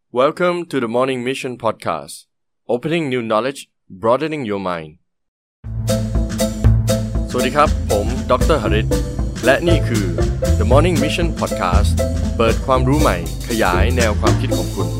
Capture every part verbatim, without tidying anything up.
Welcome to the Morning Mission Podcast. Opening new knowledge, broadening your mind. สวัสดีครับผมดร.หริตและนี่คือ The Morning Mission Podcast เปิดความรู้ใหม่ขยายแนวความคิดของคุณ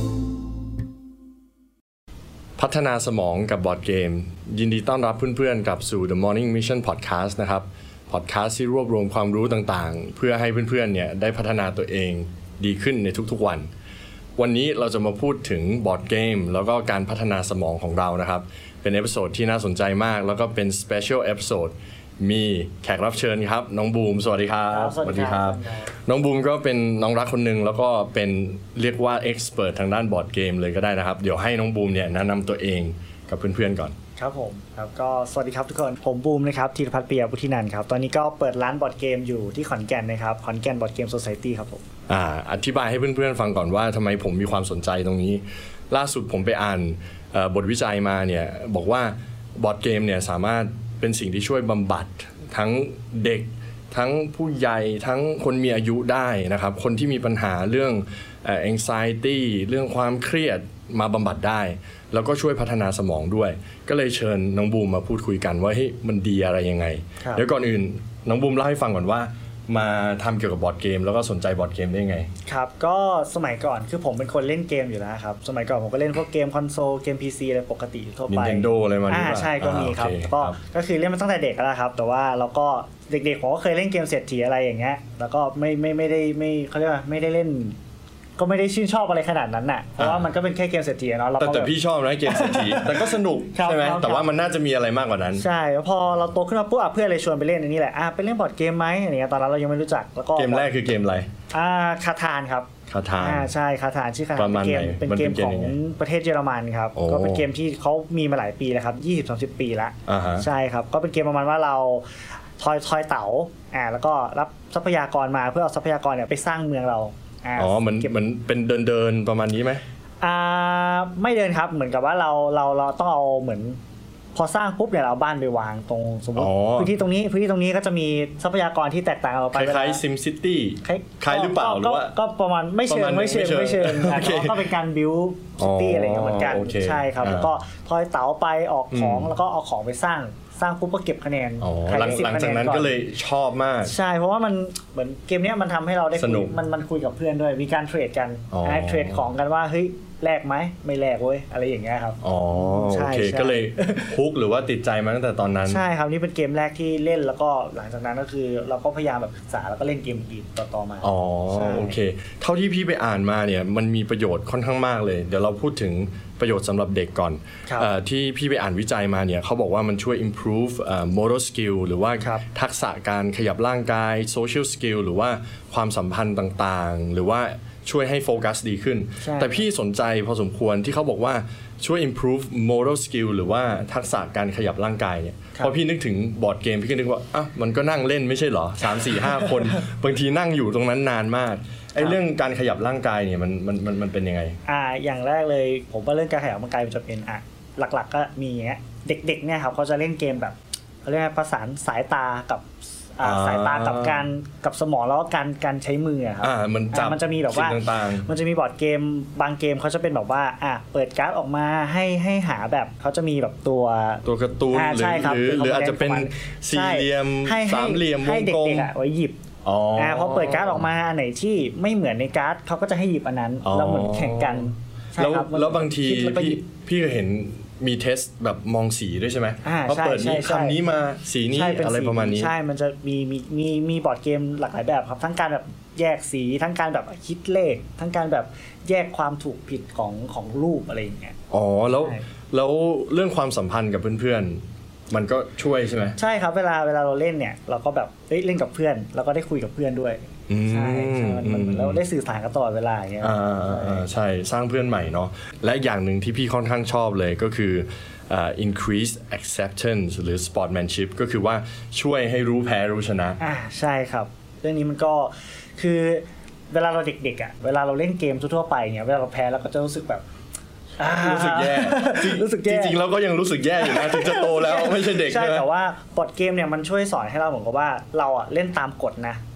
พัฒนาสมองกับบอร์ดเกมยินดีต้อนรับเพื่อนๆกลับสู่ The Morning Mission Podcast นะครับพอดแคสต์ที่รวบรวมความรู้ต่างๆเพื่อให้เพื่อนๆเนี่ยได้พัฒนาตัวเองดีขึ้นในทุกๆวันวันนี้เราจะมาพูดถึงบอร์ดเกมแล้วก็การพัฒนาสมองของเรานะครับเป็นเอพิโซดที่น่าสนใจมากแล้วก็เป็นสเปเชียลเอพิโซดมีแขกรับเชิญครับน้องบูมสวัสดีครับสวัสดีครับน้องบูมก็เป็นน้องรักคนนึงแล้วก็เป็นเรียกว่าเอ็กซ์เพิร์ททางด้านบอร์ดเกมเลยก็ได้นะครับเดี๋ยวให้น้องบูมเนี่ยแนะนำตัวเองกับเพื่อนๆก่อนครับผมครับก็สวัสดีครับทุกคนผมบูมนะครับธีรพัฒน์ ปิยะวุฒินันท์ครับตอนนี้ก็เปิดร้านบอร์ดเกมอยู่ที่ขอนแก่นนะครับขอนแก่นบอร์ดเกมโซไซตี้ครับผมอ่าอธิบายให้เพื่อนๆฟังก่อนว่าทำไมผมมีความสนใจตรงนี้ล่าสุดผมไปอ่านบทวิจัยมาเนี่ยบอกว่าบอร์ดเกมเนี่ยสามารถเป็นสิ่งที่ช่วยบำบัดทั้งเด็กทั้งผู้ใหญ่ทั้งคนมีอายุได้นะครับคนที่มีปัญหาเรื่องเอ่อ anxiety เรื่องความเครียดมาบำบัดได้แล้วก็ช่วยพัฒนาสมองด้วยก็เลยเชิญน้องบูมมาพูดคุยกันว่าเฮ้ยมันดีอะไรยังไงเดี๋ยวก่อนอื่นน้องบูมเล่าให้ฟังก่อนว่ามาทำเกี่ยวกับบอร์ดเกมแล้วก็สนใจบอร์ดเกมได้ไงครับก็สมัยก่อนคือผมเป็นคนเล่นเกมอยู่แล้วครับสมัยก่อนผมก็เล่นพวกเกมคอนโซลเกม พี ซี อะไรปกติทั่วไป Nintendo อะไรมาอ่าใช่ก็มีครับก็ก็คือเล่นมาตั้งแต่เด็กแล้วครับแต่ว่าเราก็เด็กๆผมก็เคยเล่นเกมเศรษฐีอะไรอย่างเงี้ยแล้วก็ไม่ไม่ไม่ได้ไม่เขาเรียกว่าไม่ได้เล่นก็ไม่ได้ชื่นชอบอะไรขนาดนั้นน่ะเพราะว่ามันก็เป็นแค่เกมเศรษฐีเนาะแต่แต่พี่ชอบนะเกมเศรษฐีแต่ก็สนุกใช่ไหมแต่ว่ามันน่าจะมีอะไรมากกว่านั้นใช่แล้วพอเราโตขึ้นมาปุ๊บเพื่อนเลยชวนไปเล่นอันนี้แหละอ่ะไปเล่นบอร์ดเกมไหมอะไรเงี้ยตอนนั้นเรายังไม่รู้จักแล้วก็เกมแรกคือเกมอะไรอ่าคาทานครับคาทานอ่าใช่คาทานชื่อคาทานเป็นเกมเป็นเกมของประเทศเยอรมันครับก็เป็นเกมที่เขามีมาหลายปีแล้วครับ ยี่สิบถึงสามสิบ ปีละใช่ครับก็เป็นเกมประมาณว่าเราทอยทอยเต๋าอ่าแล้วก็รับทรัพยากรมาเพื่อเอาทรัพยากรเนี่ยไปสร้างเมืองเราอ๋อเหมือนเหมือนเป็นเดินเดินประมาณนี้ไหมอ่าไม่เดินครับเหมือนกับว่าเราเราเราต้องเอาเหมือนพอสร้างปุ๊บเนี่ยเราบ้านไปวางตรงสมมติพื้นที่ตรงนี้พื้นที่ตรงนี้ก็จะมีทรัพยากรที่แตกต่างเราไปคล้ายๆ Sim City คล้ายหรือเปล่าหรือว่าก็ประมาณไม่เชิงไม่เชิงไม่เชิงก็เป็นการบิวซิตี้อะไรเหมือนกันใช่ครับแล้วก็ทอยเต๋าไปออกของแล้วก็เอาของไปสร้างสร้างปุ๊บก็เก็บคะแนนหลังหลังจากนั้นก็เลยชอบมากใช่เพราะว่ามันเหมือนเกมนี้มันทำให้เราได้คุยมันมันคุยกับเพื่อนด้วยมีการเทรดกันเทรดของกันว่าเฮ้ยแลกไหมไม่แลกเว้ยอะไรอย่างเงี้ยครับอ๋อโอเคก็เลยฮุกหรือว่าติดใจมาตั้งแต่ตอนนั้นใช่ครับนี่เป็นเกมแรกที่เล่นแล้วก็หลังจากนั้นก็คือเราก็พยายามแบบศึกษาแล้วก็เล่นเกมอื่นต่อๆมาอ๋อโอเคเท่าที่พี่ไปอ่านมาเนี่ยมันมีประโยชน์ค่อนข้างมากเลยเดี๋ยวเราพูดถึงประโยชน์สำหรับเด็กก่อนที่พี่ไปอ่านวิจัยมาเนี่ยเขาบอกว่ามันช่วย improve motor skill หรือว่าทักษะการขยับร่างกาย social skill หรือว่าความสัมพันธ์ต่างๆหรือว่าช่วยให้โฟกัสดีขึ้นแต่พี่สนใจพอสมควรที่เขาบอกว่าช่วย improve motor skill หรือว่าทักษะการขยับร่างกายเนี่ยพอพี่นึกถึงบอร์ดเกมพี่ก็นึกว่าอ่ะมันก็นั่งเล่นไม่ใช่เหรอ สาม สี่ ห้า คนบางทีนั่งอยู่ตรงนั้นนานมากไอ้เรื่องการขยับร่างกายเนี่ยมันมันมันมันเป็นยังไงอ่าอย่างแรกเลยผมว่าเรื่องการขยับร่างกายมันจะเป็นอ่ะหลักๆก็มีอย่างเงี้ยเด็กๆเนี่ยครับเขาจะเล่นเกมแบบเขาเรียกว่าประสานสายตากับสายตากับการกับสมองแล้วก็การการใช้มือครับมันจับมันจะมีแบบว่ามันจะมีบอร์ดเกมบางเกมเขาจะเป็นแบบว่าอ่ะเปิดการ์ดออกมาให้ให้หาแบบเขาจะมีแบบตัวตัวการ์ตูนหรือหรืออาจจะเป็นสี่เหลี่ยมสามเหลี่ยมวงกลมให้เด็กๆไว้หยิบอ๋อพอเปิดการ์ดออกมาอันไหนที่ไม่เหมือนในการ์ดเขาก็จะให้หยิบอันนั้นแล้วเหมือนแข่งกันแล้วแล้วบางทีพี่พี่ก็เห็นมีเทสแบบมองสีด้วยใช่ไหมเขาเปิดนี้คำนี้มาสีนี้อะไรประมาณนี้ใช่มันจะมีมีมีมีบอร์ดเกมหลากหลายแบบครับทั้งการแบบแยกสีทั้งการแบบคิดเลขทั้งการแบบแยกความถูกผิดของของรูปอะไรอย่างเงี้ยอ๋อแล้วแล้วเรื่องความสัมพันธ์กับเพื่อนๆมันก็ช่วยใช่ไหมใช่ครับเวลาเวลาเราเล่นเนี่ยเราก็แบบเฮ้ยเล่นกับเพื่อนเราก็ได้คุยกับเพื่อนด้วยใช่มันเราได้สื่อสารกันตลอดเวลาอย่างเงี้ยอ่าใช่สร้างเพื่อนใหม่เนาะและอย่างหนึ่งที่พี่ค่อนข้างชอบเลยก็คือ uh, increase acceptance หรือ sportsmanship ก็คือว่าช่วยให้รู้แพ้รู้ชนะอ่าใช่ครับเรื่องนี้มันก็คือเวลาเราเด็กๆอ่ะเวลาเราเล่นเกมทั่วๆไปเนี่ยเวลาเราแพ้เราก็จะรู้สึกแบบรู้สึกแย่รู้สึกแย่จริงๆเราก็ยังรู้สึกแย่อยู่นะถึงจะโตแล้วไม่ใช่เด็กใช่แต่ว่าบอร์ดเกมเนี่ยมันช่วยสอนให้เราเหมือนกับว่าเราอ่ะเล่นตามกฎนะ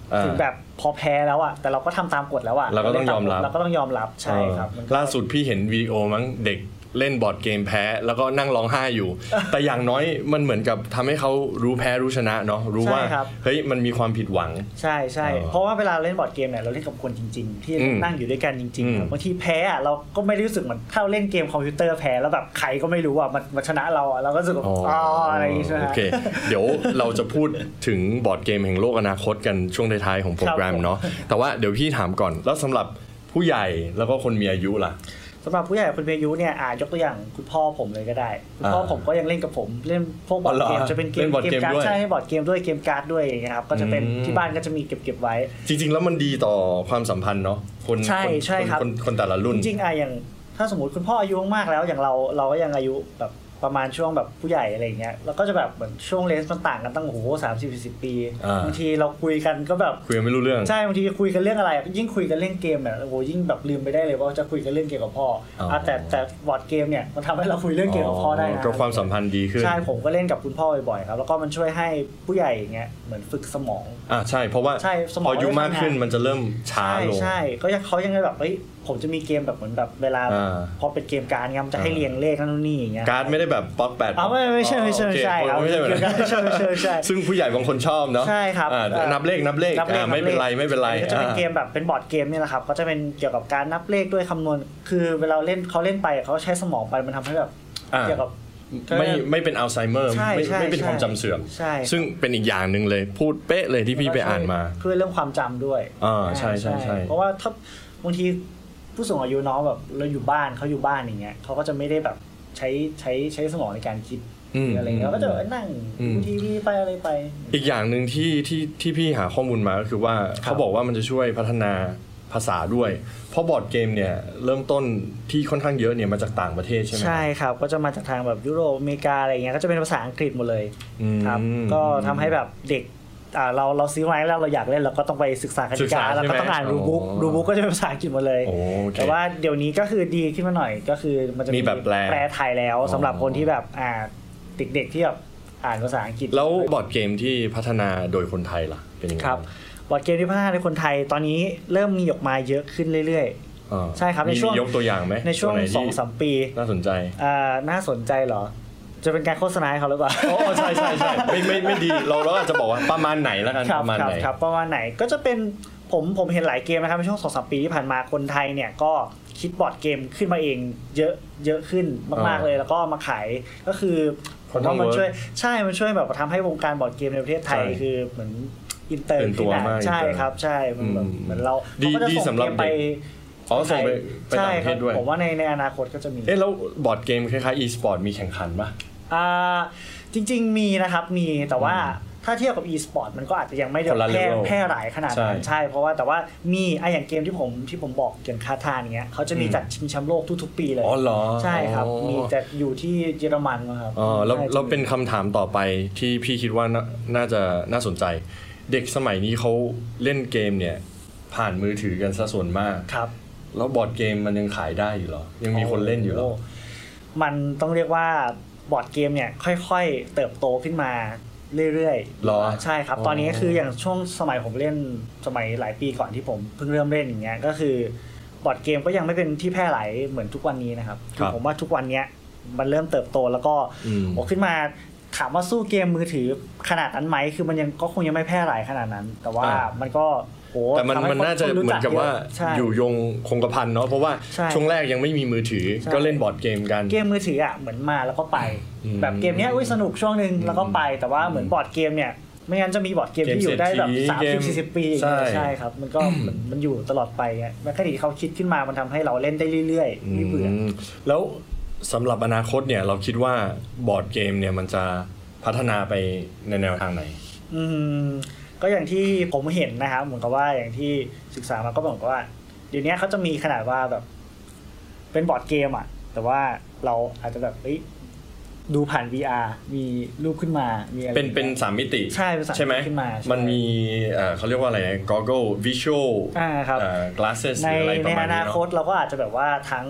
ถึงแบบพอแพ้แล้วอ่ะแต่เราก็ทำตามกฎแล้วอ่ะเราก็ต้องยอมรับเราก็ต้องยอมรับใช่ครับล่าสุดพี่เห็นวิดีโอมั้งเด็กเล่นบอร์ดเกมแพ้แล้วก็นั่งร้องไห้อยู่ แต่อย่างน้อยมันเหมือนกับทำให้เขารู้แพ้รู้ชนะเนาะรู้ว่าเฮ้ยมันมีความผิดหวังใช่ใช่เพราะว่าเวลาเล่นบอร์ดเกมเนี่ยเราเล่นกับคนจริงๆที่นั่งอยู่ด้วยกันจริงๆบางทีแพ้อะเราก็ไม่ได้รู้สึกเหมือนถ้าเล่นเกมคอมพิวเตอร์แพ้แล้วแบบใครก็ไม่รู้อ่ะมันมันชนะเราอ่ะเราก็รู้สึกอ๋ออะไรอย่างเงี้ยใช่ไหมโอเคเดี๋ยวเราจะพูดถึงบอร์ดเกมแห่งโลกอนาคตกันช่วงท้ายๆของโปรแกรมเนาะแต่ว่าเดี๋ยวพี่ถามก่อนแล้วสำหรับผู้ใหญ่แล้วก็คนมีอายุล่ะสำหรับผู้ใหญ่คนมีอายุเนี่ยอ่ายกตัวอย่างคุณพ่อผมเลยก็ได้คุณพ่อผมก็ยังเล่นกับผมเล่นพวกบอร์ดเกมจะเป็นเกมเกมการ์ดใช่ให้บอร์ดเกมด้วยเกมการ์ดด้วยอย่างเงี้ยครับก็จะเป็นที่บ้านก็จะมีเก็บเก็บไว้จริงๆแล้วมันดีต่อความสัมพันธ์เนาะคนใช่ใช่ครับคนแต่ละรุ่นจริงๆอ่ะอย่างถ้าสมมติคุณพ่ออายุมากแล้วอย่างเราเราก็ยังอายุแบบประมาณช่วงแบบผู้ใหญ่อะไรอย่างเงี้ยเราก็จะแบบเหมือนช่วงเลนส์มันต่างกันตั้งโอ้โหสามสิบสี่สิบปีบางทีเราคุยกันก็แบบคุยไม่รู้เรื่องใช่บางทีคุยกันเรื่องอะไรยิ่งคุยกันเรื่องเกมเนี่ยโอ้โหยิ่งแบบลืมไปได้เลยว่าจะคุยกันเรื่องเกี่ยวกับพ่อแต่แต่บอร์ดเกมเนี่ยมันทำให้เราคุยเรื่องเกี่ยวกับพ่อได้นะก็ความสัมพันธ์ดีขึ้นใช่ผมก็เล่นกับคุณพ่อบ่อยๆครับแล้วก็มันช่วยให้ผู้ใหญ่อย่างเงี้ยเหมือนฝึกสมองอ่าใช่เพราะว่าพออายุมากขึ้นมันจะเริ่มช้าลงใช่ก็เขายังแบบเฮ้ยผมจะมีเกมแบบเหมือนแบบเวลาพอเป็นเกมการ์ดมันจะให้เรียงเลขนั่นนี่อย่างเงี้ยการ์ดไม่ได้แบบป๊อกแปดอ๋อไม่ไม่ใช่ไม่ใช่ไม่ใช่ครับไม่ใช่ใช่ใช่ใช่ซึ่งผู้ใหญ่บางคนชอบเนาะใช่ครับนับเลขนับเลขไม่เป็นไรไม่เป็นไรก็จะเป็นเกมแบบเป็นบอร์ดเกมนี่แหละครับก็จะเป็นเกี่ยวกับการนับเลขด้วยคำนวณคือเวลาเล่นเขาเล่นไปเขาใช้สมองไปมันทำให้แบบเกี่ยวกับไม่ไม่เป็นอัลไซเมอร์ไม่ไม่เป็นความจำเสื่อมซึ่งเป็นอีกอย่างหนึ่งเลยพูดเป๊ะเลยที่พี่ไปอ่านมาเพื่อเรื่องความจำด้วยอ่าใช่ใช่ใช่เพราะว่าถ้าบางทีผู้สูงอายุน้องแบบเราอยู่บ้านเขาอยู่บ้านอย่างเงี้ยเขาก็จะไม่ได้แบบใช้ใช้ใช้สมองในการคิดอะไรเงี้ยก็จะนั่งดูทีวีไปอะไรไปอีกอย่างหนึ่งที่ที่ที่พี่หาข้อมูลมาก็คือว่าเขาบอกว่ามันจะช่วยพัฒนาภาษาด้วยเพราะบอร์ดเกมเนี่ยเริ่มต้นที่ค่อนข้างเยอะเนี่ยมาจากต่างประเทศใช่ไหมใช่ครับก็จะมาจากทางแบบยุโรปอเมริกาอะไรเงี้ยก็จะเป็นภาษาอังกฤษหมดเลยครับก็ทำให้แบบเด็กเราเราซื้อไว้แล้วเราอยากเล่นเราก็ต้องไปศึกษากติกาแล้วก็ต้องอ่านรูบุ๊กรูบุ๊กก็จะเป็นภาษาอังกฤษหมดเลยแต่ว่าเดี๋ยวนี้ก็คือดีขึ้นมาหน่อยก็คือมันจะมีแบบแปลไทยแล้วสำหรับคนที่แบบอ่าเด็กๆที่แบบอ่านภาษาอังกฤษแล้วบอร์ดเกมที่พัฒนาโดยคนไทยล่ะเป็นยังไงครับบอร์ดเกมที่พัฒนาโดยคนไทยตอนนี้เริ่มมีออกมาเยอะขึ้นเรื่อยๆใช่ครับในช่วงยกตัวอย่างไหมในช่วง สองถึงสาม ปีน่าสนใจอ่าน่าสนใจเหรอจะเป็นการโฆษณาให้เขาหรือเปล่าอ๋อใช่ใช่ใช่ไม่ไม่ไม่ดีเราเราอาจจะบอกว่าประมาณไหนแล้วกันประมาณไหนครับประมาณไหนก็จะเป็นผมผมเห็นหลายเกมนะครับในช่วง สองถึงสาม ปีที่ผ่านมาคนไทยเนี่ยก็คิดบอร์ดเกมขึ้นมาเองเยอะเยอะขึ้นมากๆเลยแล้วก็มาขายก็คือผมว่ามันช่วยใช่มันช่วยแบบทำให้วงการบอร์ดเกมในประเทศไทยคือเหมือนอินเตอร์ขึ้นมาใช่ครับใช่มันแบบเหมือนเราดีดีสำหรับไปอ๋อส่งไปไปต่างประเทศด้วยผมว่าในในอนาคตก็จะมีเอ๊ะแล้วบอร์ดเกมคล้ายๆ e-sport มีแข่งขันป่ะอ่าจริงๆมีนะครับมีแต่ว่าถ้าเทียบกับ e-sport มันก็อาจจะยังไม่ได้แพร่แพร่หลายขนาดนั้นใช่เพราะว่าแต่ว่ามีไออย่างเกมที่ผมที่ผมบอกอย่างคาทานเงี้ยเขาจะมีจัดชิงแชมป์โลกทุกๆปีเลยอ๋อเหรอใช่ครับมีจะอยู่ที่เยอรมันนะครับอ๋อแล้วแล้วเป็นคำถามต่อไปที่พี่คิดว่าน่าจะน่าสนใจเด็กสมัยนี้เขาเล่นเกมเนี่ยผ่านมือถือกันซะส่วนมากครับแล้วบอร์ดเกมมันยังขายได้อยู่หรอยังมีคนเล่นอยู่หรอมันต้องเรียกว่าบอร์ดเกมเนี่ยค่อยๆเติบโตขึ้นมาเรื่อยๆหรอใช่ครับตอนนี้คืออย่างช่วงสมัยผมเล่นสมัยหลายปีก่อนที่ผมเพิ่งเริ่มเล่นอย่างเงี้ยก็คือบอร์ดเกมก็ยังไม่เป็นที่แพร่หลายเหมือนทุกวันนี้นะครับคือผมว่าทุกวันเนี้ยมันเริ่มเติบโตแล้วก็โอ้ขึ้นมาถามว่าสู้เกมมือถือขนาดนั้นไหมคือมันยังก็คงยังไม่แพร่หลายขนาดนั้นแต่ว่ามันก็แต่มันมันน่าจะเหมือนกับว่าอยู่ยงคงกระพันเนาะเพราะว่าช่วงแรกยังไม่มีมือถือก็เล่นบอร์ดเกมกันเกมมือถืออ่ะเหมือนมาแล้วก็ไปแบบเกมนี้อุ้ยสนุกช่วงนึงแล้วก็ไปแต่ว่าเหมือนบอร์ดเกมเนี่ยไม่งั้นจะมีบอร์ดเกมที่อยู่ได้แบบสามสิบ สี่สิบปีใช่ครับมันก็มันอยู่ตลอดไปอ่ะแมคานิกเขาคิดขึ้นมามันทำให้เราเล่นได้เรื่อยๆไม่เบื่อแล้วสำหรับอนาคตเนี่ยเราคิดว่าบอร์ดเกมเนี่ยมันจะพัฒนาไปในแนวทางไหนอืมก็อย่างที่ผมเห็นนะครับเหมือนกับว่าอย่างที่ศึกษามาก็บอกว่าเดี๋ยวนี้เขาจะมีขนาดว่าแบบเป็นบอร์ดเกมอ่ะแต่ว่าเราอาจจะแบบเอ้ยดูผ่าน วี อาร์ มีรูปขึ้นมามีอะไรเป็นเป็นสามมิติใช่เป็นสามมิติขึ้นมามันมีเอ่อเขาเรียกว่าอะไร goggle visual อ่าครับ glasses ในในอนาคตเราก็อาจจะแบบว่าทั้ง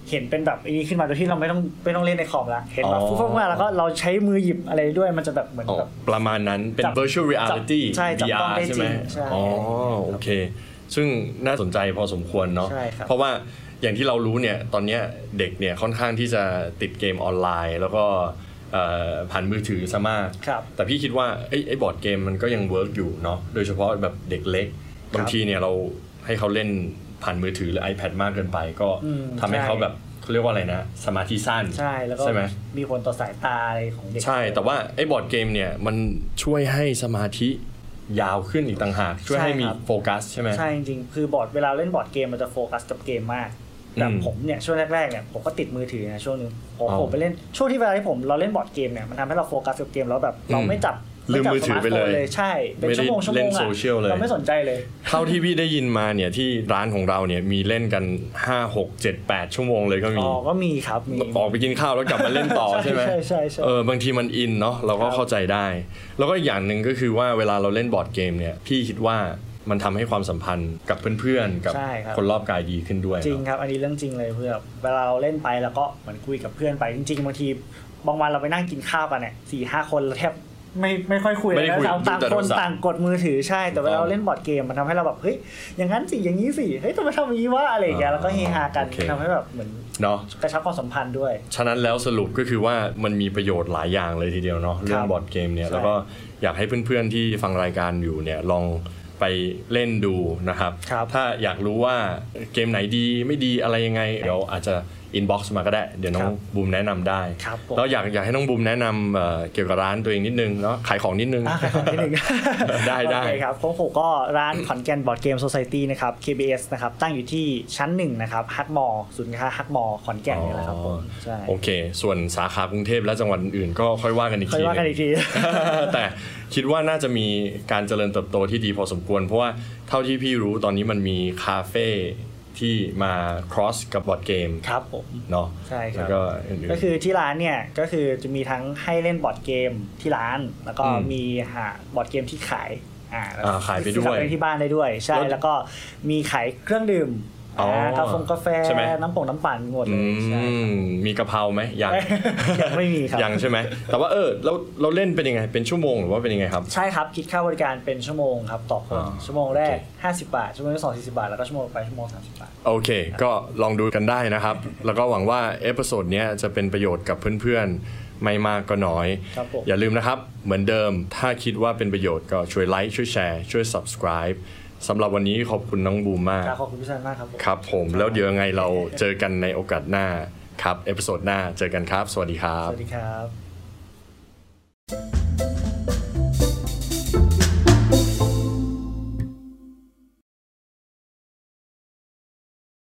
เห็นเป็นแบบนี้ขึ้นมาโดยที่เราไม่ต้องไม่ต้องเล่นในคอมละเห็นแบบฟุ้งๆมาแล้วก็เราใช้มือหยิบอะไรด้วยมันจะแบบเหมือนแบบประมาณนั้นเป็น virtual reality ใช่จับต้องได้จริงอ๋อโอเคซึ่งน่าสนใจพอสมควรเนาะเพราะว่าอย่างที่เรารู้เนี่ยตอนนี้เด็กเนี่ยค่อนข้างที่จะติดเกมออนไลน์แล้วก็ผ่านมือถือซะมากแต่พี่คิดว่าไอ้ไอ้บอร์ดเกมมันก็ยังเวิร์กอยู่เนาะโดยเฉพาะแบบเด็กเล็กบางทีเนี่ยเราให้เขาเล่นผ่านมือถือหรือ iPad มากเกินไปก็ทำให้เขาแบบเขาเรียกว่าอะไรนะสมาธิสั้นใช่แล้วก็มีผลต่อสายตาอะไรของเด็กใช่แต่ว่าไอ้บอร์ดเกมเนี่ยมันช่วยให้สมาธิยาวขึ้นอีกต่างหากช่วยให้มีโฟกัสใช่ไหมใช่จริงๆคือบอร์ดเวลาเล่นบอร์ดเกมมันจะโฟกัสกับเกมมากแต่ผมเนี่ยช่วงแรกๆเนี่ยผมก็ติดมือถือนะช่วงนึงผมผมไปเล่นช่วงที่เวลาที่ผมเราเล่นบอร์ดเกมเนี่ยมันทำให้เราโฟกัสกับเกมแล้วแบบเราไม่จับลืมมือถือไปเลยใช่เป็นชั่วโมงชั่วโมงอ่ะเราไม่สนใจเลยเท่าที่พี่ได้ยินมาเนี่ยที่ร้านของเราเนี่ยมีเล่นกันห้า หก เจ็ด แปดชั่วโมงเลยก็มีอ๋อก็มีครับมีออกไปกินข้าวแล้วกลับมาเล่นต่อใช่ไหมใช่ใช่ใช่เออบางทีมันอินเนาะเราก็เข้าใจได้แล้วก็อีกอย่างหนึ่งก็คือว่าเวลาเราเล่นบอร์ดเกมเนี่ยพี่คิดว่ามันทำให้ความสัมพันธ์กับเพื่อนๆกับคนรอบกายดีขึ้นด้วยจริงครับอันนี้เรื่องจริงเลยเพื่อเวลาเราเล่นไปแล้วก็เหมือนคุยกับเพื่อนไปจริงๆบางทีบางวันเราไปนั่งกินข้าวกันเนี่ยสี่ห้าคนเราแทบไม่ไม่ค่อยคุยแล้วต่างคนต่างกดมือถือใช่แต่เวลาเราเล่นบอร์ดเกมมันทำให้เราแบบเฮ้ยอย่างนั้นสิอย่างนี้สิเฮ้ยทำไมทำอย่างนี้วะอะไรอย่างเงี้ยแล้วก็เฮฮากันทำให้แบบเหมือนเนาะกระชับความสัมพันธ์ด้วยฉะนั้นแล้วสรุปก็คือว่ามันมีประโยชน์หลายอย่างเลยทีเดียวเนาะเรื่องบอร์ดเกมเนี่ยแล้วก็อยากให้เพื่อนๆที่ฟังรายการอยู่เนี่ยลองไปเล่นดูนะครับถ้าอยากรู้ว่าเกมไหนดีไม่ดีอะไรยังไงเดี๋ยวอาจจะอินบ็อกซ์มาก็ได้เดี๋ยวน้องบูมแนะนำได้แล้วอยากอยากให้น้องบูมแนะนำ เ, เกี่ยวกับร้านตัวเองนิดนึงเนาะขายของนิดนึงขายของนิดนึงได้ได้ครับของผมก็ร้านขอนแก่นบอร์ดเกมโซไซตี้นะครับ เค บี เอส นะครับตั้งอยู่ที่ชั้นหนึ่งนะครับฮักมอลล์ศูนย์ค้าฮักมอลล์ขอนแก่นนี่แหละครับผมใช่โอเคส่วนสาขากรุงเทพและจังหวัดอื่นๆก็ค่อยว่ากันอีกทีค่อยว่ากันอีกทีแต่คิดว่าน่าจะมีการเจริญเติบโตที่ดีพอสมควรเพราะว่าเท่าที่พี่รู้ตอนนี้มันมีคาเฟ่ที่มา cross กับบอร์ดเกมครับผมเนาะใช่ครับก็ก็คือที่ร้านเนี่ยก็คือจะมีทั้งให้เล่นบอร์ดเกมที่ร้านแล้วก็มีหาบอร์ดเกมที่ขายอ่าขายไปด้วยที่บ้านได้ด้วยใช่แล้วก็มีขายเครื่องดื่มกาแฟกาแฟน้ำป่งน้ำปั่นหมดเลยใช่มีกะเพราไหมยังยังไม่มีครับยังใช่ไหมแต่ว่าเออเราเราเล่นเป็นยังไงเป็นชั่วโมงหรือว่าเป็นยังไงครับใช่ครับคิดค่าบริการเป็นชั่วโมงครับต่อคนชั่วโมงแรกห้าสิบบาทชั่วโมงที่สองสี่สิบบาทแล้วก็ชั่วโมงไปชั่วโมงสามสิบบาทโอเคก็ลองดูกันได้นะครับแล้วก็หวังว่าเอพิโซดนี้จะเป็นประโยชน์กับเพื่อนๆไม่มากก็น้อยอย่าลืมนะครับเหมือนเดิมถ้าคิดว่าเป็นประโยชน์ก็ช่วยไลค์ช่วยแชร์ช่วย subscribeสำหรับวันนี้ขอบคุณน้องบูมมากขอบคุณพี่ชันมากครับครับผมแล้วเดี๋ยวยังไงเราเจอกันในโอกาสหน้าครับเอพิโซดหน้าเจอกันครับสวัสดีครับสวัสดีครับ